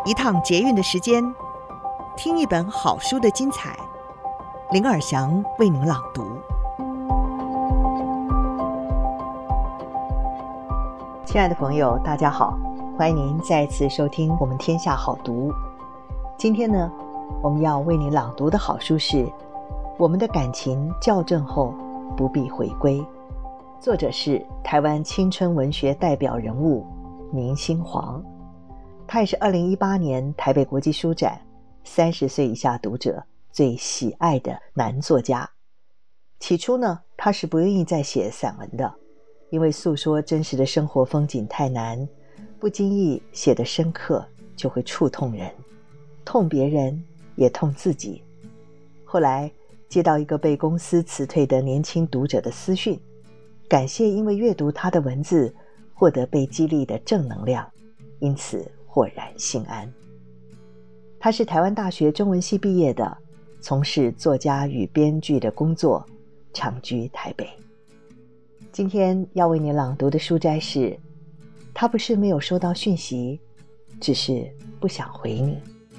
一趟捷运的时间，听一本好书的精彩。林尔祥为您朗读。亲爱的朋友，大家好，欢迎您再次收听我们天下好读。今天呢，我们要为您朗读的好书是《我们的感情校正后不必回归》，作者是台湾青春文学代表人物明星黄。他也是2018年台北国际书展30岁以下读者最喜爱的男作家。起初呢，他是不愿意再写散文的，因为诉说真实的生活风景太难，不经意写得深刻就会触痛人，痛别人也痛自己。后来接到一个被公司辞退的年轻读者的私讯，感谢因为阅读他的文字获得被激励的正能量，因此豁然心安。他是台湾大学中文系毕业的，从事作家与编剧的工作，长居台北。今天要为你朗读的书摘是他不是没有收到讯息，只是不想回你。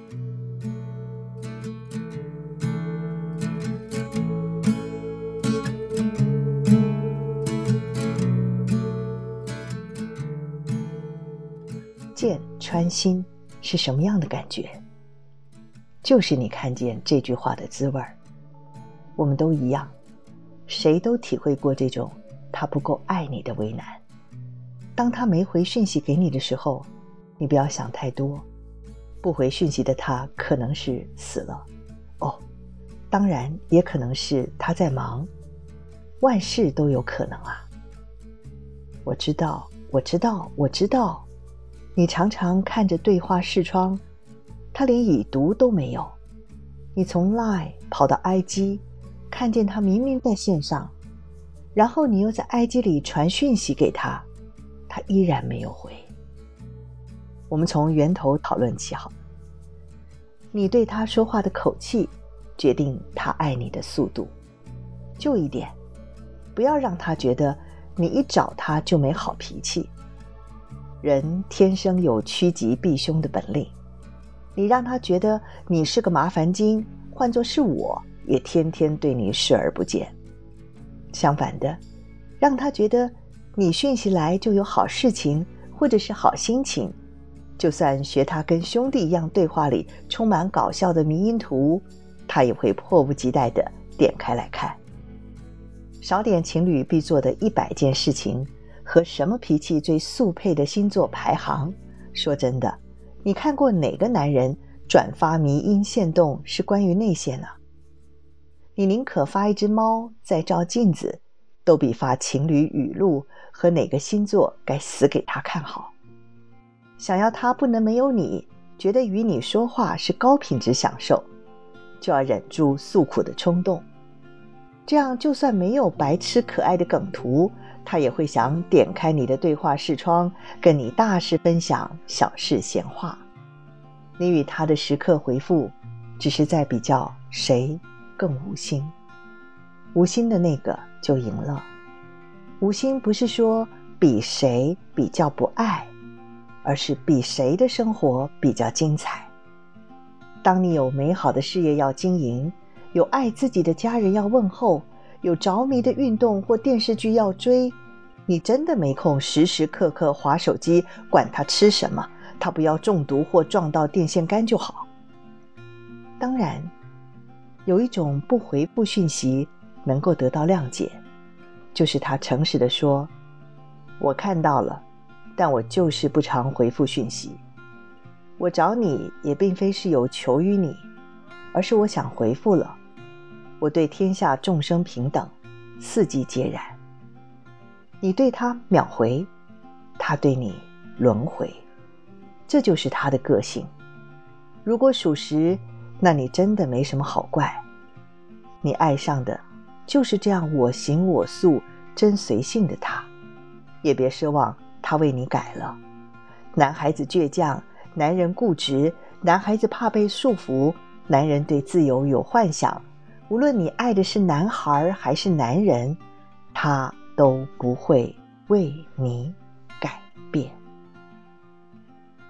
箭穿心是什么样的感觉？就是你看见这句话的滋味。我们都一样，谁都体会过这种他不够爱你的为难。当他没回讯息给你的时候，你不要想太多，不回讯息的他可能是死了，当然也可能是他在忙，万事都有可能啊。我知道，你常常看着对话视窗，他连已读都没有。你从 LINE 跑到 IG， 看见他明明在线上，然后你又在 IG 里传讯息给他，他依然没有回。我们从源头讨论起好了。你对他说话的口气决定他爱你的速度。就一点，不要让他觉得你一找他就没好脾气。人天生有趋吉避凶的本领，你让他觉得你是个麻烦精，换作是我也天天对你视而不见。相反的，让他觉得你讯息来就有好事情或者是好心情，就算学他跟兄弟一样对话里充满搞笑的迷因图，他也会迫不及待地点开来看。少点情侣必做的100件事情和什么脾气最速配的星座排行，说真的，你看过哪个男人转发迷因限动是关于那些呢？你宁可发一只猫在照镜子，都比发情侣语录和哪个星座该死给他看好。想要他不能没有你，觉得与你说话是高品质享受，就要忍住诉苦的冲动。这样就算没有白痴可爱的梗图，他也会想点开你的对话视窗，跟你大事分享，小事闲话。你与他的时刻回复，只是在比较谁更无心。无心的那个就赢了。无心不是说比谁比较不爱，而是比谁的生活比较精彩。当你有美好的事业要经营，有爱自己的家人要问候，有着迷的运动或电视剧要追，你真的没空时时刻刻滑手机，管他吃什么，他不要中毒或撞到电线杆就好。当然，有一种不回复讯息能够得到谅解，就是他诚实地说，我看到了，但我就是不常回复讯息。我找你也并非是有求于你，而是我想回复了。我对天下众生平等，四季皆然。你对他秒回，他对你轮回，这就是他的个性。如果属实，那你真的没什么好怪。你爱上的就是这样我行我素、真随性的他，也别奢望他为你改了。男孩子倔强，男人固执，男孩子怕被束缚，男人对自由有幻想。无论你爱的是男孩还是男人，他都不会为你改变。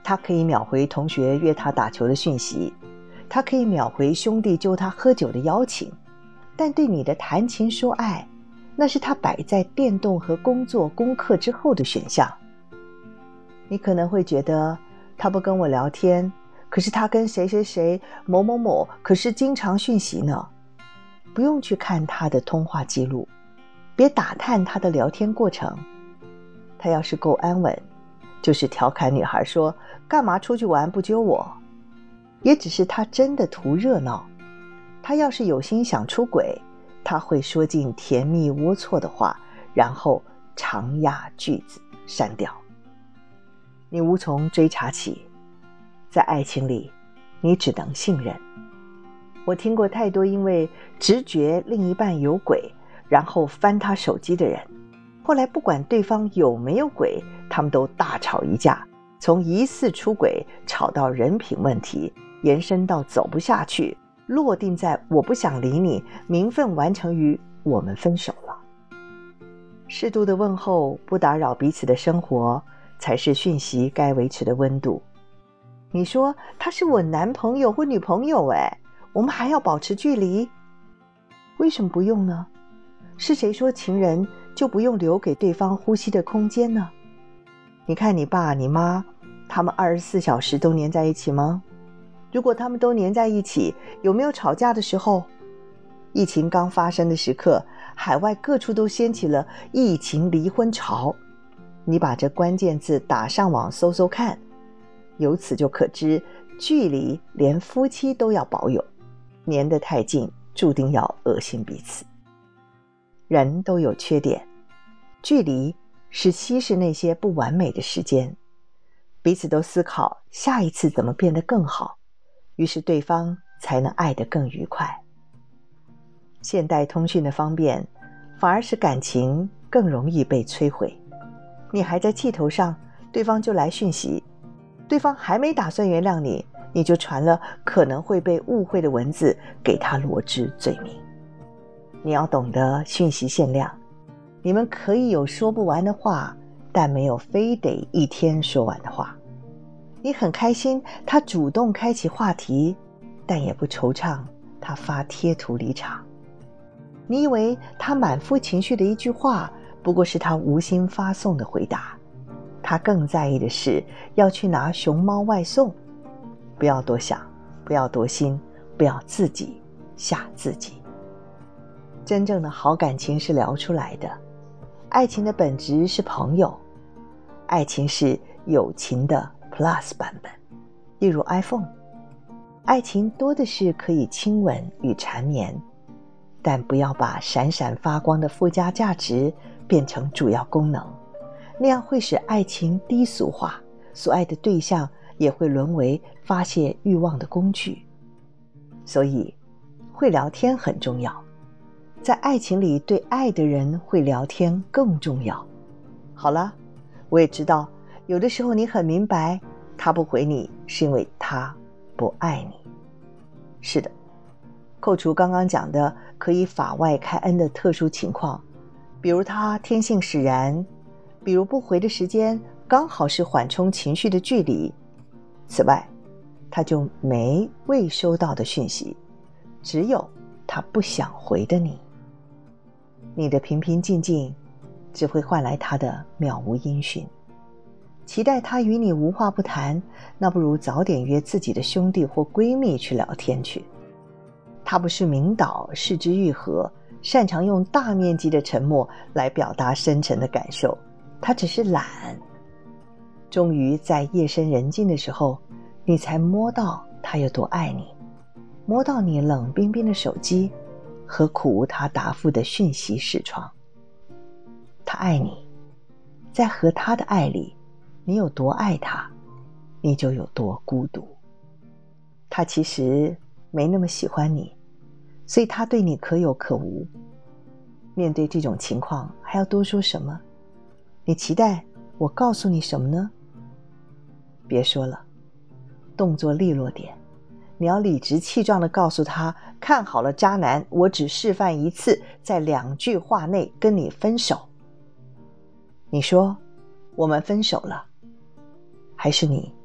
他可以秒回同学约他打球的讯息，他可以秒回兄弟揪他喝酒的邀请，但对你的谈情说爱，那是他摆在电动和工作功课之后的选项。你可能会觉得他不跟我聊天，可是他跟谁谁谁某某某可是经常讯息呢。不用去看他的通话记录，别打探他的聊天过程。他要是够安稳，就是调侃女孩说干嘛出去玩不揪我，也只是他真的图热闹。他要是有心想出轨，他会说尽甜蜜龌龊的话，然后长压句子删掉。你无从追查起，在爱情里你只能信任。我听过太多因为直觉另一半有鬼，然后翻他手机的人，后来不管对方有没有鬼，他们都大吵一架，从疑似出轨吵到人品问题，延伸到走不下去，落定在我不想理你，名分完成于我们分手了。适度的问候，不打扰彼此的生活，才是讯息该维持的温度。你说他是我男朋友或女朋友，我们还要保持距离？为什么不用呢？是谁说情人就不用留给对方呼吸的空间呢？你看你爸你妈，他们24小时都黏在一起吗？如果他们都黏在一起，有没有吵架的时候？疫情刚发生的时刻，海外各处都掀起了疫情离婚潮。你把这关键字打上网搜搜看，由此就可知，距离连夫妻都要保有，黏得太近，注定要恶心彼此。人都有缺点，距离是稀释那些不完美的时间，彼此都思考下一次怎么变得更好，于是对方才能爱得更愉快。现代通讯的方便，反而使感情更容易被摧毁。你还在气头上，对方就来讯息，对方还没打算原谅你，你就传了可能会被误会的文字给他罗织罪名。你要懂得讯息限量，你们可以有说不完的话，但没有非得一天说完的话。你很开心他主动开启话题，但也不惆怅他发贴图离场。你以为他满腹情绪的一句话，不过是他无心发送的回答，他更在意的是要去拿熊猫外送。不要多想，不要多心，不要自己吓自己。真正的好感情是聊出来的，爱情的本质是朋友，爱情是友情的 Plus 版本，例如 iPhone。 爱情多的是可以亲吻与缠绵，但不要把闪闪发光的附加价值变成主要功能，那样会使爱情低俗化，所爱的对象也会沦为发泄欲望的工具。所以会聊天很重要，在爱情里对爱的人会聊天更重要。好了，我也知道有的时候你很明白，他不回你是因为他不爱你。是的，扣除刚刚讲的可以法外开恩的特殊情况，比如他天性使然，比如不回的时间刚好是缓冲情绪的距离，此外他就没未收到的讯息，只有他不想回的你。你的平平静静只会换来他的渺无音讯。期待他与你无话不谈，那不如早点约自己的兄弟或闺蜜去聊天去。他不是明导视之愈合，擅长用大面积的沉默来表达深沉的感受，他只是懒。终于在夜深人静的时候，你才摸到他有多爱你，摸到你冷冰冰的手机和苦无他答复的讯息视窗。他爱你，在和他的爱里，你有多爱他，你就有多孤独。他其实没那么喜欢你，所以他对你可有可无。面对这种情况，还要多说什么？你期待我告诉你什么呢？别说了，动作利落点。你要理直气壮地告诉他，看好了渣男，我只示范一次，在2句话内跟你分手。你说我们分手了，还是你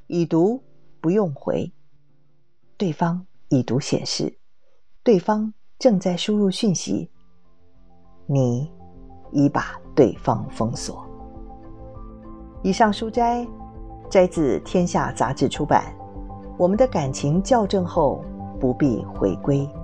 已读不用回，对方已读显示，对方正在输入讯息，你已把对方封锁。以上书摘自天下杂志出版。我们的感情校正后，不必回归。